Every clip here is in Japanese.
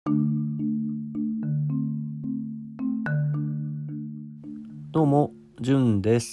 どうも、じゅんです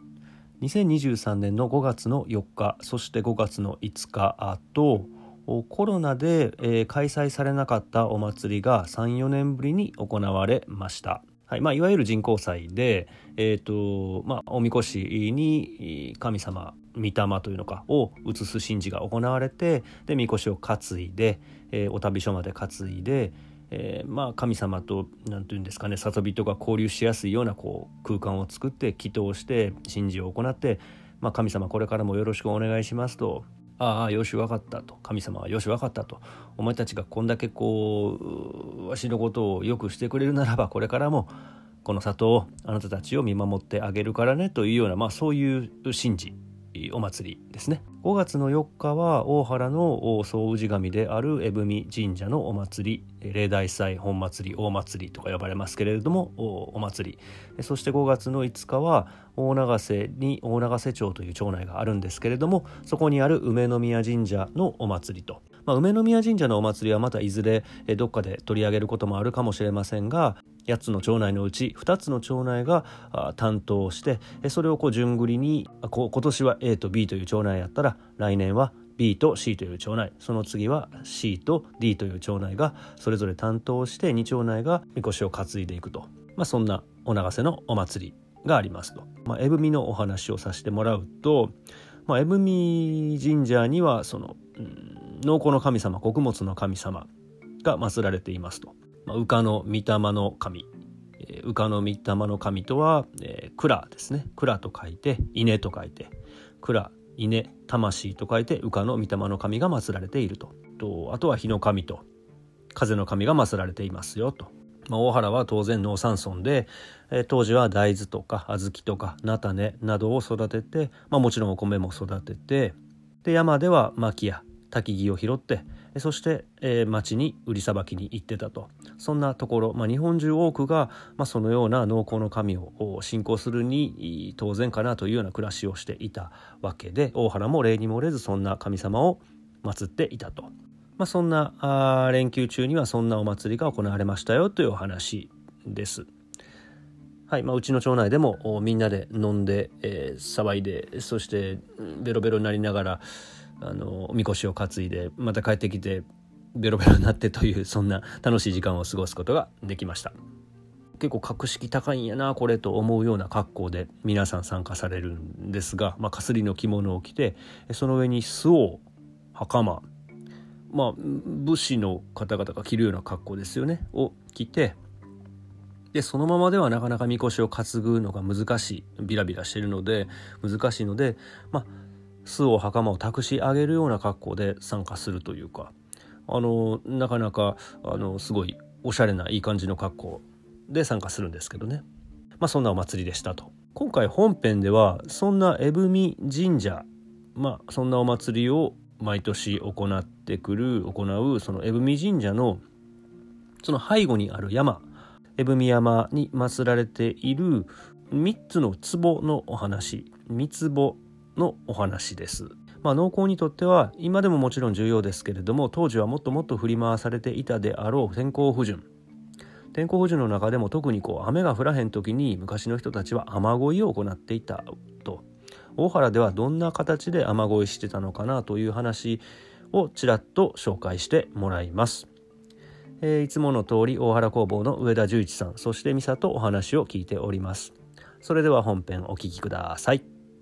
。2023年の5月の4日、そして5月の5日と、コロナで、開催されなかったお祭りが3、4年ぶりに行われました。はい、いわゆる人工祭で、おみこしに神様、御霊というのかを移す神事が行われて、でみこしを担いで、お旅所まで担いで、神様と何て言うんですかね、里人が交流しやすいような空間を作って祈祷して神事を行って、神様これからもよろしくお願いしますと、ああよし分かったと、神様はよし分かったと、お前たちがこんだけわしのことをよくしてくれるならば、これからもこの里をあなたたちを見守ってあげるからねというような、そういう神事お祭りですね。5月の4日は大原の総氏神である江踏神社のお祭り、例大祭、本祭り、大祭りとか呼ばれますけれども、お祭り。そして5月の5日は大長瀬に大長瀬町という町内があるんですけれども、そこにある梅宮神社のお祭りと、梅宮神社のお祭りはまたいずれどっかで取り上げることもあるかもしれませんが、8つの町内のうち2つの町内が担当して、それを順繰りに今年は A と B という町内やったら、来年は B と C という町内、その次は C と D という町内がそれぞれ担当して、2町内がみこしを担いでいくと、そんなお長瀬のお祭りがありますと。江踏のお話をさせてもらうと、江踏神社にはその農耕の神様、穀物の神様が祀られていますと。羽化の御霊の神、羽化の御霊の神とは、蔵ですね。蔵と書いて稲と書いて蔵、稲、魂と書いて羽化の御霊の神が祀られていると。あとは火の神と風の神が祀られていますよと。大原は当然農産村で、当時は大豆とか小豆とか菜種などを育てて、もちろんお米も育てて、で山では薪や焚き木を拾って、そして、町に売りさばきに行ってたと。そんなところ、日本中多くが、そのような農耕の神を信仰するに当然かなというような暮らしをしていたわけで、大原も例に漏れずそんな神様を祀っていたと。そんな連休中にはそんなお祭りが行われましたよというお話です。はい、うちの町内でもみんなで飲んで、騒いで、そしてベロベロになりながらおみこしを担いで、また帰ってきてベロベロになってという、そんな楽しい時間を過ごすことができました。結構格式高いんやなこれと思うような格好で皆さん参加されるんですが、かすりの着物を着て、その上に巣を袴、武士の方々が着るような格好ですよねを着て、でそのままではなかなかみこしを担ぐのが難しい、ビラビラしてるので難しいので、巣を袴を託し上げるような格好で参加するというか、なかなかすごいおしゃれないい感じの格好で参加するんですけどね。そんなお祭りでしたと。今回本編ではそんな江踏神社、そんなお祭りを毎年行うその江踏神社のその背後にある山、江踏山に祀られている3つの壺のお話、三壺のお話です。農耕にとっては今でももちろん重要ですけれども、当時はもっともっと振り回されていたであろう天候不順の中でも、特に雨が降らへん時に昔の人たちは雨乞いを行っていたと。大原ではどんな形で雨乞いしてたのかなという話をちらっと紹介してもらいます。いつもの通り大原工房の上田十一さん、そして美里お話を聞いております。それでは本編お聞きください。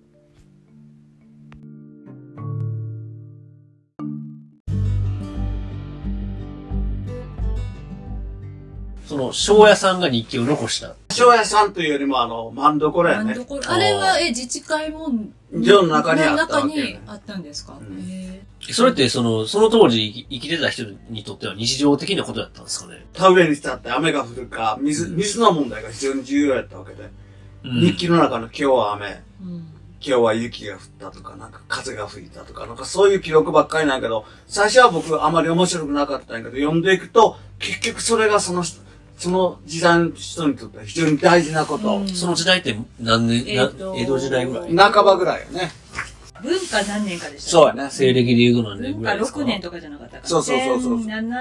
その庄屋さんが日記を残した。 庄屋さんというよりも万所やね。 あれは自治会も城の中にあったわけ。中にあったんですか。 それってその当時生きてた人にとっては日常的なことだったんですかね。 田植えにしたって雨が降るか水の問題が非常に重要やったわけで、日記の中の今日は雨、今日は雪が降ったとか、風が吹いたとか、そういう記録ばっかりなんやけど、最初は僕あまり面白くなかったんやけど、読んでいくと結局それがその時代の人にとっては非常に大事なこと。 その時代って何年、江戸時代ぐらい？ 半ばぐらいよね。 文化何年かでしたそうやね。 西暦で言うと何年文化ぐらいですか？ 6年とかじゃなかったかな。 そうそうそうそう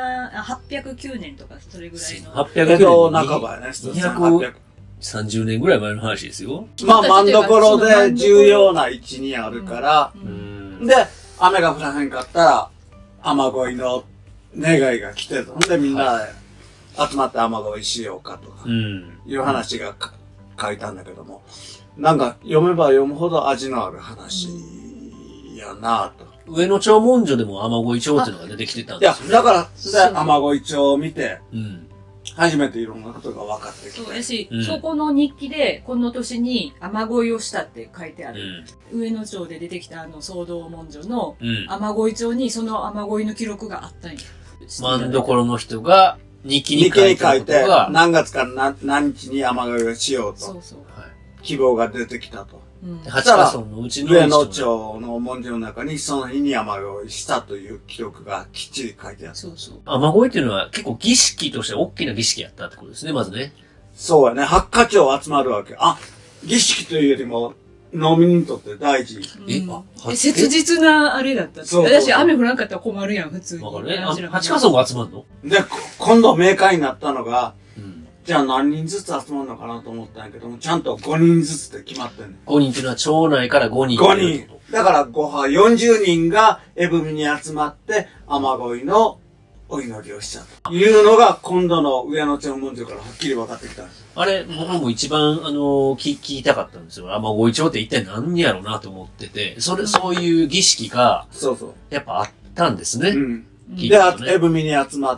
809年とか、それぐらいの。 800 江戸年半ばやね。 230年ぐらい前の話ですよ。 まあ、真ん所で重要な位置にあるから、で、雨が降らへんかったら、雨乞いの願いが来てと。ほんでみんなで集まって雨乞いしようかとか、いう話が書いたんだけども、なんか読めば読むほど味のある話やなと。 上野町文書でも雨乞い帳っていうのが出てきてたんいやですよ、ね。 だから、で雨乞い帳を見て、 うん。 初めていろんなことが分かってきて。 そうやし、そこの日記で、この年に雨乞いをしたって書いてある。上野町で出てきた騒動文書の雨乞い帳にその雨乞いの記録があったんや。 真ん所の人が日記に日記書いたに書いてことが、、 何月から何日に雨乞いをしようと、 そうそう。 希望が出てきたと。 八ヶ村のうちの上野町の文字の中にその日に雨乞いしたという記録がきっちり書いてある。 そうそう。 雨乞いっていうのは結構儀式として大きな儀式やったってことですね、まずね。 そうやね。八ヶ町集まるわけ。あ、儀式というよりも、農民にとって大事。 切実なあれだった。 そう私雨降らんかったら困るやん、普通に。 わかるね。八ヶ村が集まるの？ で、今度明快になったのが、じゃあ何人ずつ集まるのかなと思ったんやけども、ちゃんと5人ずつって決まってんねん。 5人っていうのは町内から5人。 5人。だから40人がエブミに集まって雨乞いのお祈りをしたというのが今度の上野町文書からはっきり分かってきたんです。 あれ、僕も一番、聞きたかったんですよ。雨乞い帳って一体何やろうなと思ってて、そういう儀式が、 そうそう。 やっぱあったんですね。 で、エブミに集まって、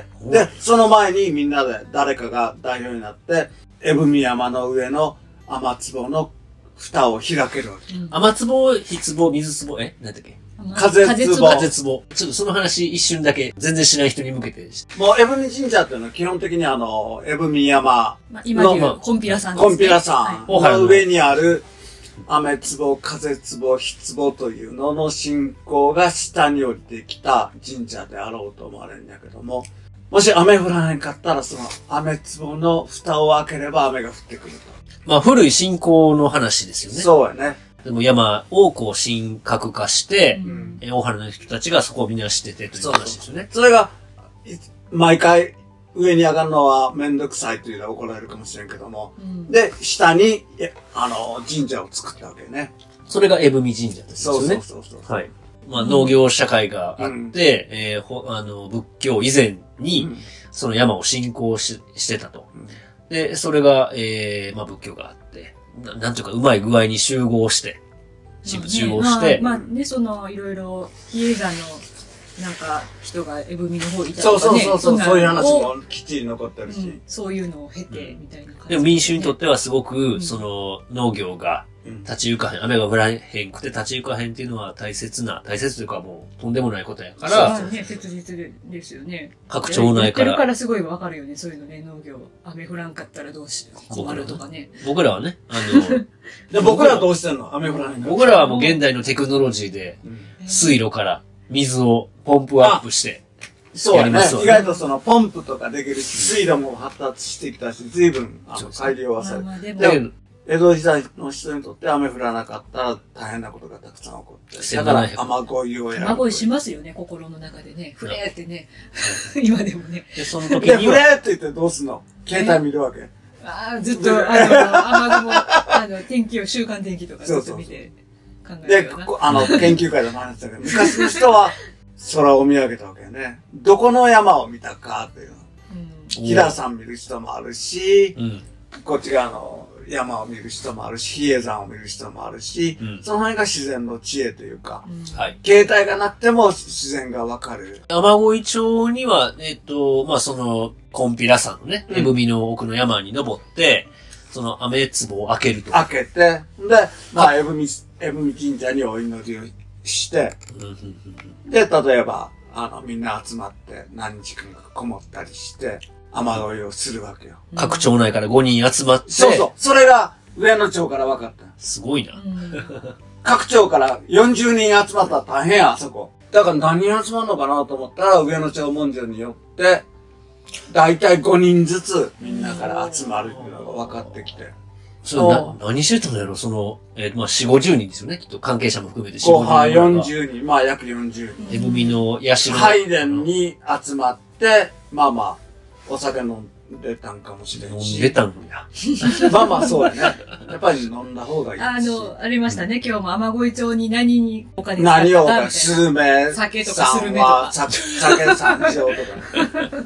で、その前にみんなで誰かが代表になって、エブミ山の上の雨壺の蓋を開けるわけ。 雨壺、火壺、水壺、なんだっけ？ 風壺。 風壺。ちょっとその話一瞬だけ、全然知らない人に向けて。 もう、エブミ神社っていうのは基本的にエブミ山今でいうコンピラさんですね。 コンピラさんの上にある雨壺、風壺、火壺というのの信仰が下に降りてきた神社であろうと思われるんだけども、もし雨降らへんかったらその雨壺の蓋を開ければ雨が降ってくると。 まあ古い信仰の話ですよね。 そうやね。 でも山をこう神格化して、大原の人たちがそこをみんな知っててという話ですよね。 それが、毎回上に上がるのはめんどくさいというのは怒られるかもしれんけども、で、下に、神社を作ったわけね。 それがエブミ神社ですよね。 そう。 はい。まあ農業社会があって、仏教以前に、その山を信仰してたと。で、それが、まあ仏教があって、なんていうかうまい具合に集合して、集合して、 まあね、いろいろ、比叡山の、なんか、人がエブミの方いたとかね。 そういう話もきっちり残ってるし。 そういうのを経て、みたいな感じ。 でも民衆にとってはすごく、農業が立ち行かへん、雨が降らへんくて立ち行かへんっていうのは大切というかもうとんでもないことやから、 ね、切実ですよね。 各町内から。 やってるからすごいわかるよね、そういうのね、農業。雨降らんかったらどうしよう。困るとかね。 僕らはね、 で、僕らはどうしてんの？雨降らへんから。 僕らはもう現代のテクノロジーで、水路から水をポンプアップして、 そうやね。意外とそのポンプとかできるし、水路も発達してきたし、随分改良はされて。江戸時代の人にとって雨降らなかったら大変なことがたくさん起こって。だから雨乞いをやる。 雨乞いしますよね、心の中でね。降れってね。今でもね。 で、その時には。 で、降れって言ってどうすんの？携帯見るわけ。 ずっと、雨雲、天気を、週間天気とかずっと見て考えるよな。 で、研究会でも話したけど、昔の人は空を見上げたわけよね。どこの山を見たかっていうの。飛騨山見る人もあるし、こっち側の山を見る人もあるし、比叡山を見る人もあるし、その辺が自然の知恵というか、携帯がなくても自然がわかる。 雨乞い町には、まあ、その、コンピラ山のね、エブミの奥の山に登って、その雨壺を開けると。 開けて、で、まあ、エブミ神社にお祈りをして、で、例えば、みんな集まって何日間かこもったりして、雨乞いをするわけよ。 各町内から5人集まって。 そう。それが上野町から分かった。 すごいな。 各町から40人集まったら大変や、あそこ。だから何人集まるのかなと思ったら、上野町文書によって、だいたい5人ずつみんなから集まるっていうのが分かってきて。 それ何してたのやろまあ、4、50人ですよね。きっと関係者も含めて4、 後半 50人。 40人、まあ約40人。 エブミの社の。 拝殿に集まって、まあまあ、お酒飲んでたんかもしれんし。 飲んでたんや。 まあまあそうやね。やっぱり飲んだ方がいいし。 ありましたね。今日も雨乞い町に何にお金使った何をか、 スルメ、 酒とかスルメとか。 酒三条とかね。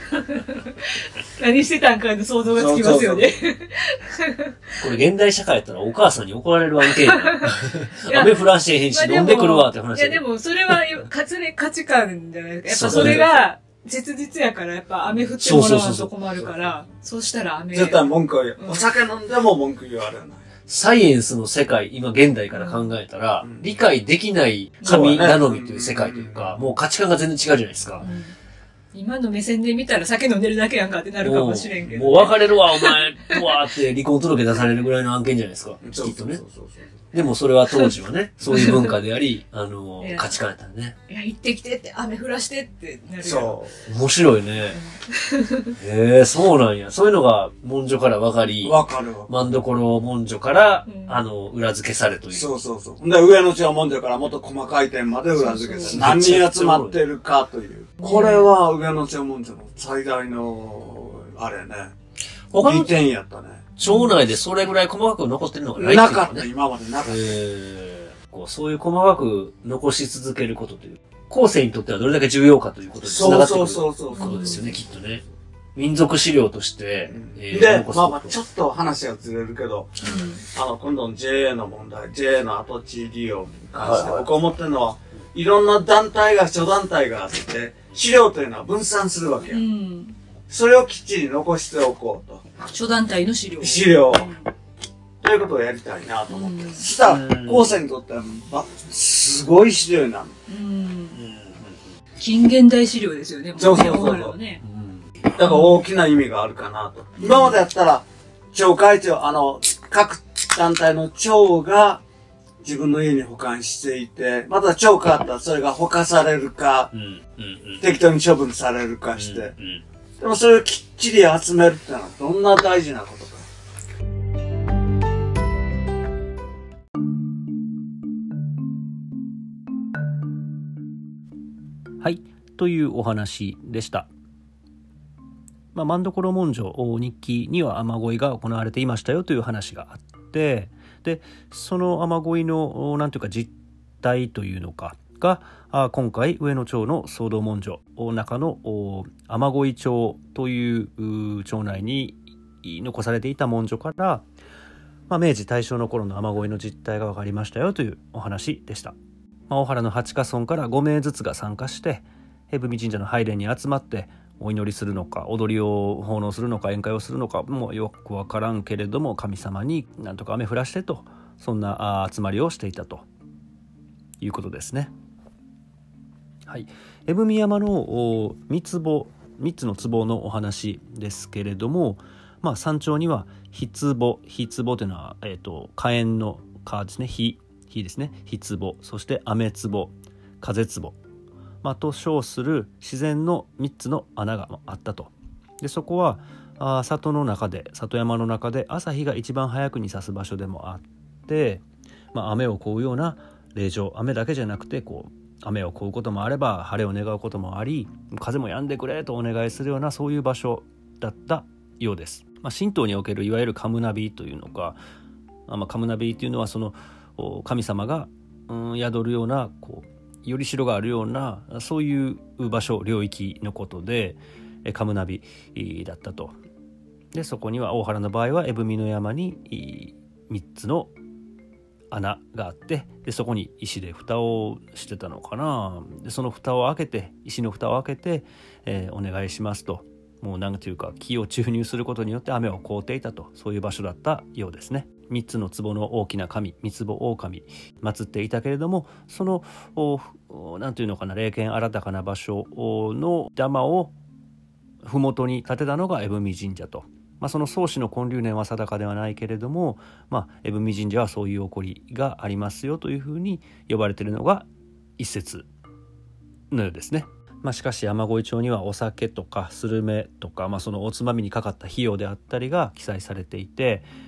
何してたんかの想像がつきますよね。 これ現代社会やったらお母さんに怒られる案件や。 や雨降らしてへんし、飲んでくるわって話。 いやでもそれは価値観じゃないですか。やっぱそれが切実やからやっぱ雨降ってもらわんと困るから、そうしたら雨。 絶対文句を言う。お酒飲んでも文句言われない。 サイエンスの世界、今現代から考えたら、理解できない神頼みという世界というか、もう価値観が全然違うじゃないですか。 今の目線で見たら酒飲んでるだけやんかってなるかもしれんけど、 もう別れるわ、お前とはって離婚届出されるぐらいの案件じゃないですか。きっとね。でもそれは当時はね、そういう文化であり、価値観やったね。 いや、行ってきてって、雨降らしてってなるよ。 そう。 面白いね。そうなんや。そういうのが文書から分かり、 わかるわ。 万所文書から、裏付けされという。 そうそうそう。で、上の町文書からもっと細かい点まで裏付けて、何人集まってるかという。これは上の町文書の最大の、あれね。利点やったね。 町内でそれぐらい細かく残ってるのがないなかった、今までなかった。 そういう細かく残し続けることという、後世にとってはどれだけ重要かということにつながってくることですよね、きっとね。民族資料として、 で、まあまあ、ちょっと話がずれるけど、今度の JA の問題、JA の跡地利用に関して、僕思ってるのは、いろんな団体が、諸団体があって、資料というのは分散するわけや。それをきっちり残しておこうと。 諸団体の資料。 資料。ということをやりたいなと思って。そしたら、後世にとっては、すごい資料になる。 近現代資料ですよね。 そうそうそう。だから大きな意味があるかなと。今までやったら、町会長、各団体の長が自分の家に保管していて、また町変わったらそれがほかされるか、適当に処分されるかして、でもそれをきっちり集めるってのはどんな大事なことか。 はい、というお話でした。万所文書日記には雨乞いが行われていましたよという話があって、でその雨乞いのなんていうか実態というのかが今回上野町の騒動文書中の雨乞い町という町内に残されていた文書から、明治大正の頃の雨乞いの実態が分かりましたよというお話でした。大原の8家村から5名ずつが参加して江文神社の拝殿に集まってお祈りするのか踊りを奉納するのか宴会をするのかもうよく分からんけれども、神様になんとか雨降らしてと、そんな集まりをしていたということですね。はい、江文山の3つの壺のお話ですけれども、山頂には火壺というのは、火炎の火ですね、火ですね、火壺、そして雨壺、風壺、と称する自然の3つの穴があったと。でそこは里山の中で朝日が一番早くに差す場所でもあって、雨を乞うような霊場、雨だけじゃなくて雨を乞うこともあれば晴れを願うこともあり、風も止んでくれとお願いするようなそういう場所だったようです。神道におけるいわゆるカムナビというのか、カムナビというのはその神様が宿るようなより代があるようなそういう場所領域のことでカムナビだったと。でそこには大原の場合は江文の山に3つの穴があって、でそこに石で蓋をしてたのかな。でその蓋を開けて石の蓋を開けて、お願いしますと、もうなんていうか気を注入することによって雨を乞うていたと、そういう場所だったようですね。3つの壺の大きな神三壺大神祀っていたけれども、そのなんていうのかな、霊験新たかな場所の山を麓に建てたのが江文神社と。その創始の建立年は定かではないけれども、江文神社はそういう起こりがありますよというふうに呼ばれているのが一説のようですね。しかし雨乞い町にはお酒とかスルメとか、そのおつまみにかかった費用であったりが記載されていて、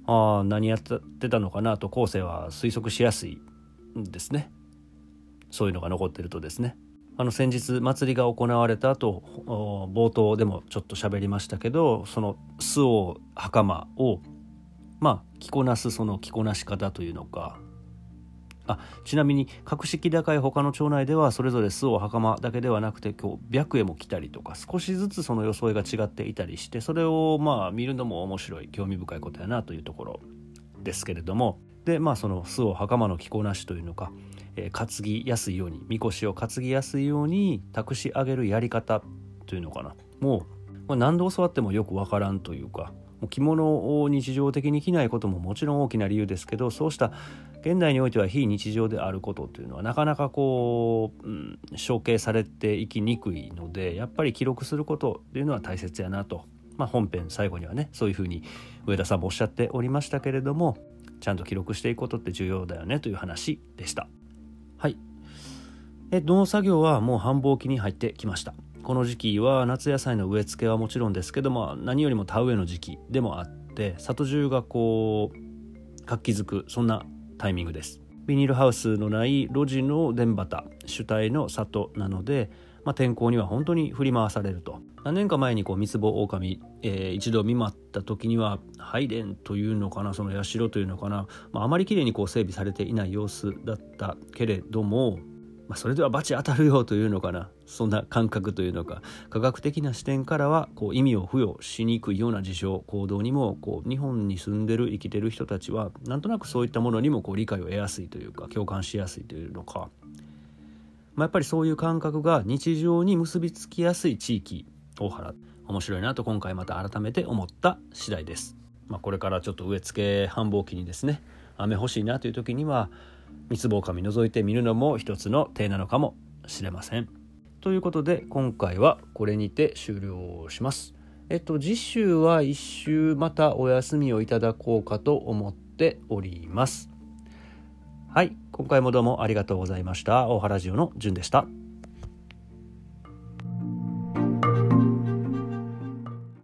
何やってたのかなと後世は推測しやすいんですね。そういうのが残ってるとですね。先日祭りが行われた後、冒頭でもちょっと喋りましたけど、その周防袴を着こなすその着こなし方というのか、ちなみに格式高い他の町内ではそれぞれ周防袴だけではなくて白衣も着たりとか、少しずつその装いが違っていたりして、それを見るのも面白い興味深いことやなというところですけれども、でその周防袴の着こなしというのか、担ぎやすいように、みこしを担ぎやすいように託し上げるやり方というのかな、もう何度教わってもよくわからんというか、もう着物を日常的に着ないことももちろん大きな理由ですけど、そうした現代においては非日常であることというのはなかなか承継されていきにくいので、やっぱり記録することというのは大切やなと、本編最後にはねそういうふうに上田さんもおっしゃっておりましたけれども、ちゃんと記録していくことって重要だよねという話でした。はい。農作業はもう繁忙期に入ってきました。この時期は夏野菜の植え付けはもちろんですけども、何よりも田植えの時期でもあって、里中が活気づく、そんなタイミングです。ビニールハウスのない路地の田畑主体の里なので、天候には本当に振り回されると。何年か前に三つ子狼、一度見舞った時には拝殿というのかな、その社というのかな、あまりきれいに整備されていない様子だったけれども、それではバチ当たるよというのかな、そんな感覚というのか、科学的な視点からは意味を付与しにくいような事象行動にも日本に住んでる生きてる人たちはなんとなくそういったものにも理解を得やすいというか、共感しやすいというのか、やっぱりそういう感覚が日常に結びつきやすい地域大原、面白いなと今回また改めて思った次第です。これからちょっと植え付け繁忙期にですね、雨欲しいなという時には三つ子狼覗いてみるのも一つの手なのかもしれません。ということで今回はこれにて終了します。次週は一週またお休みをいただこうかと思っております。はい、今回もどうもありがとうございました。大原ジオのじゅんでした。